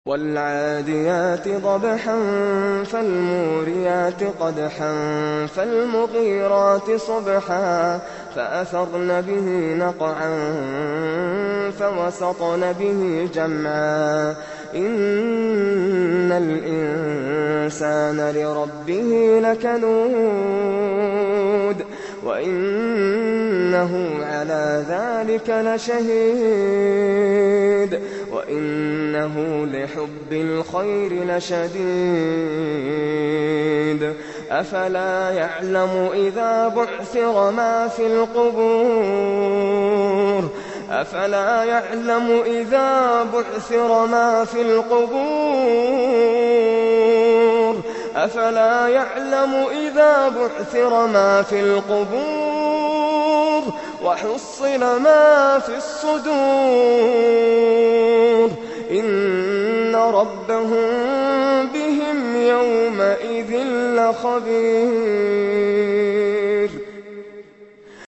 وَالْعَادِيَاتِ ضَبْحًا فَالْمُورِيَاتِ قَدْحًا فَالْمُغِيرَاتِ صُبْحًا فَأَثَرْنَ بِهِ نَقْعًا فَوَسَطْنَ بِهِ جَمْعًا إِنَّ الْإِنسَانَ لِرَبِّهِ لَكَنُودٌ وَإِنَّهُ عَلَىٰ ذَٰلِكَ لَشَهِيدٌ وَإِنَّهُ لِحُبِّ الْخَيْرِ لَشَدِيدٌ أَفَلَا يَعْلَمُ إِذَا بُعْثِرَ ما في القُّبُورِ وَحُصِّلَ مَا فِي الصُّدُورِ إِنَّ رَبَّهُم بِهِمْ يَوْمَئِذٍ لَّخَبِيرٌ